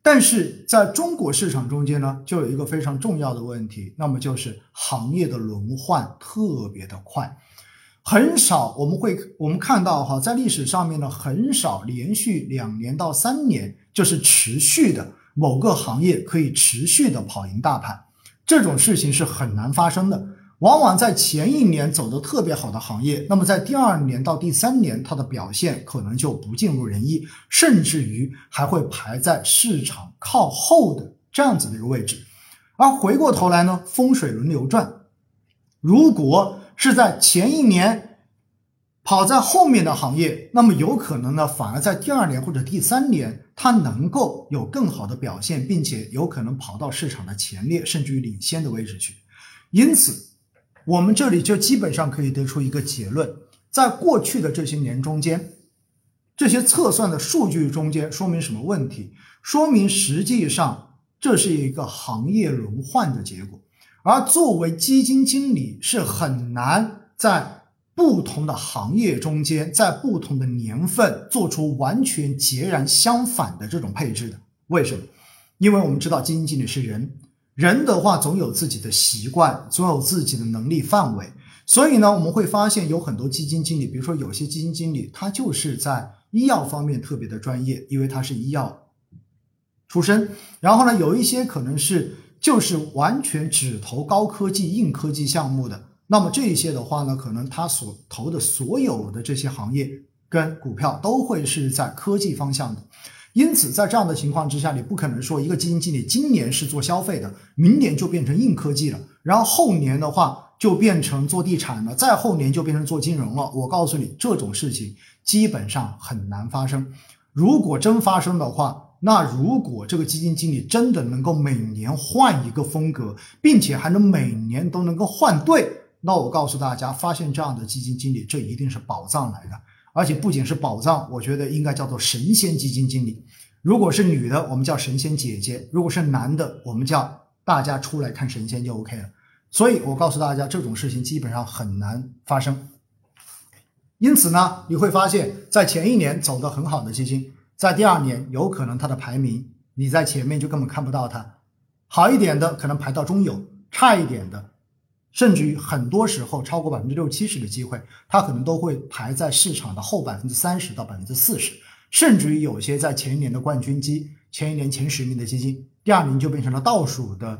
但是在中国市场中间呢，就有一个非常重要的问题，那么就是行业的轮换特别的快，很少我们看到哈，在历史上面呢，很少连续2年到3年就是持续的某个行业可以持续的跑赢大盘，这种事情是很难发生的。往往在前一年走得特别好的行业，那么在第2年到第3年，它的表现可能就不尽如人意，甚至于还会排在市场靠后的这样子的一个位置。而回过头来呢，风水轮流转，如果是在前一年跑在后面的行业，那么有可能呢，反而在第2年或者第3年，它能够有更好的表现，并且有可能跑到市场的前列，甚至于领先的位置去。因此我们这里就基本上可以得出一个结论，在过去的这些年中间，这些测算的数据中间说明什么问题？说明实际上这是一个行业轮换的结果，而作为基金经理是很难在不同的行业中间，在不同的年份做出完全截然相反的这种配置的。为什么？因为我们知道基金经理是人的话总有自己的习惯，总有自己的能力范围，所以呢，我们会发现有很多基金经理，比如说有些基金经理他就是在医药方面特别的专业，因为他是医药出身，然后呢，有一些可能就是完全只投高科技硬科技项目的，那么这一些的话呢，可能他所投的所有的这些行业跟股票都会是在科技方向的。因此在这样的情况之下，你不可能说一个基金经理今年是做消费的，明年就变成硬科技了，然后后年的话就变成做地产了，再后年就变成做金融了。我告诉你，这种事情基本上很难发生。如果真发生的话，那如果这个基金经理真的能够每年换一个风格，并且还能每年都能够换对，那我告诉大家，发现这样的基金经理，这一定是宝藏来的。而且不仅是宝藏，我觉得应该叫做神仙基金经理。如果是女的，我们叫神仙姐姐；如果是男的，我们叫大家出来看神仙就 OK 了。所以我告诉大家，这种事情基本上很难发生。因此呢，你会发现在前一年走得很好的基金，在第2年有可能它的排名你在前面就根本看不到它，好一点的可能排到中游，差一点的甚至于很多时候超过 60-70% 的机会，它可能都会排在市场的后 30% 到 40%， 甚至于有些在前一年的冠军基，前一年前10名的基金，第2年就变成了倒数的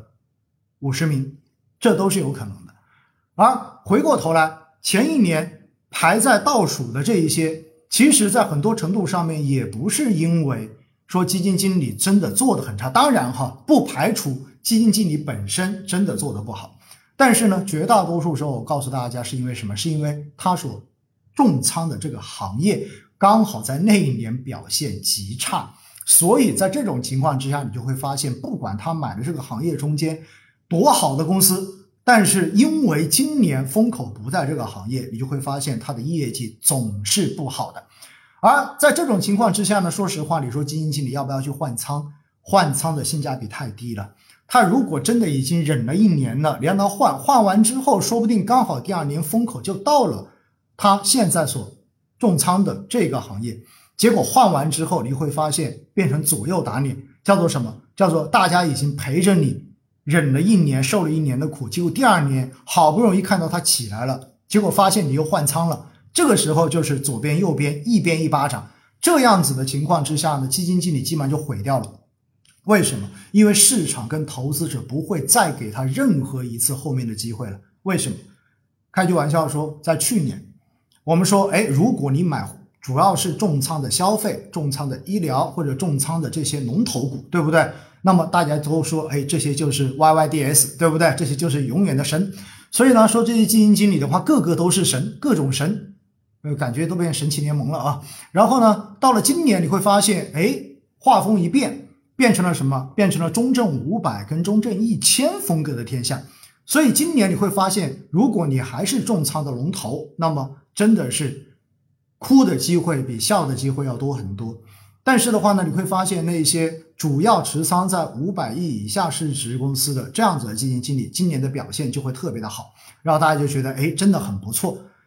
50名，这都是有可能的。而回过头来，前一年排在倒数的这一些，其实在很多程度上面也不是因为说基金经理真的做得很差，当然不排除基金经理本身真的做得不好，但是呢，绝大多数时候我告诉大家是因为什么？是因为他所重仓的这个行业刚好在那一年表现极差，所以在这种情况之下，你就会发现不管他买的这个行业中间多好的公司，但是因为今年风口不在这个行业，你就会发现它的业绩总是不好的。而在这种情况之下呢，说实话，你说基金经理要不要去换仓？换仓的性价比太低了。他如果真的已经忍了1年了，让他换完之后，说不定刚好第2年风口就到了他现在所重仓的这个行业，结果换完之后，你会发现变成左右打脸，叫做什么？叫做大家已经陪着你忍了1年，受了1年的苦，结果第2年好不容易看到它起来了，结果发现你又换仓了，这个时候就是左边右边一边一巴掌，这样子的情况之下呢，基金经理基本上就毁掉了。为什么？因为市场跟投资者不会再给他任何一次后面的机会了。为什么？开句玩笑说，在去年我们说，如果你买主要是重仓的消费、重仓的医疗或者重仓的这些龙头股，对不对？那么大家都说，这些就是 YYDS， 对不对？这些就是永远的神。所以呢，说这些基金经理的话，个个都是神，各种神，感觉都变神奇联盟了啊。然后呢，到了今年你会发现，画风一变，变成了什么？变成了中证500跟中证1000风格的天下。所以今年你会发现，如果你还是重仓的龙头，那么真的是哭的机会比笑的机会要多很多。但是的话呢，你会发现那些主要持仓在500亿以下市值公司的这样子的基金经理，今年的表现就会特别的好，然后大家就觉得真的很不错。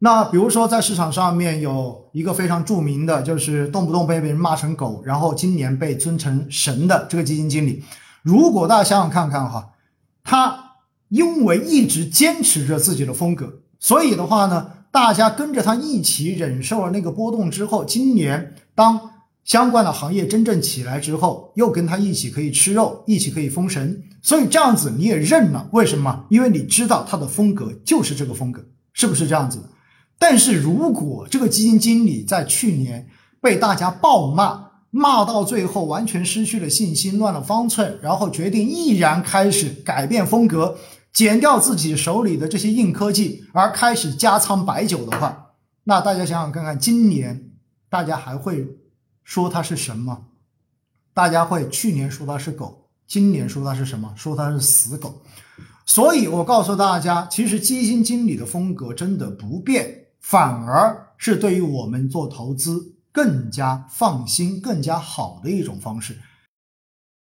那比如说在市场上面有一个非常著名的，就是动不动被别人骂成狗，然后今年被尊成神的这个基金经理，如果大家想想看看哈，他因为一直坚持着自己的风格，所以的话呢，大家跟着他一起忍受了那个波动之后，今年当相关的行业真正起来之后，又跟他一起可以吃肉，一起可以封神，所以这样子你也认了。为什么？因为你知道他的风格就是这个风格，是不是这样子的？但是如果这个基金经理在去年被大家暴骂到最后完全失去了信心，乱了方寸，然后决定毅然开始改变风格，减掉自己手里的这些硬科技，而开始加仓白酒的话，那大家想想看看，今年大家还会说它是神吗？大家会去年说它是狗，今年说它是什么？说它是死狗。所以我告诉大家，其实基金经理的风格真的不变，反而是对于我们做投资更加放心、更加好的一种方式。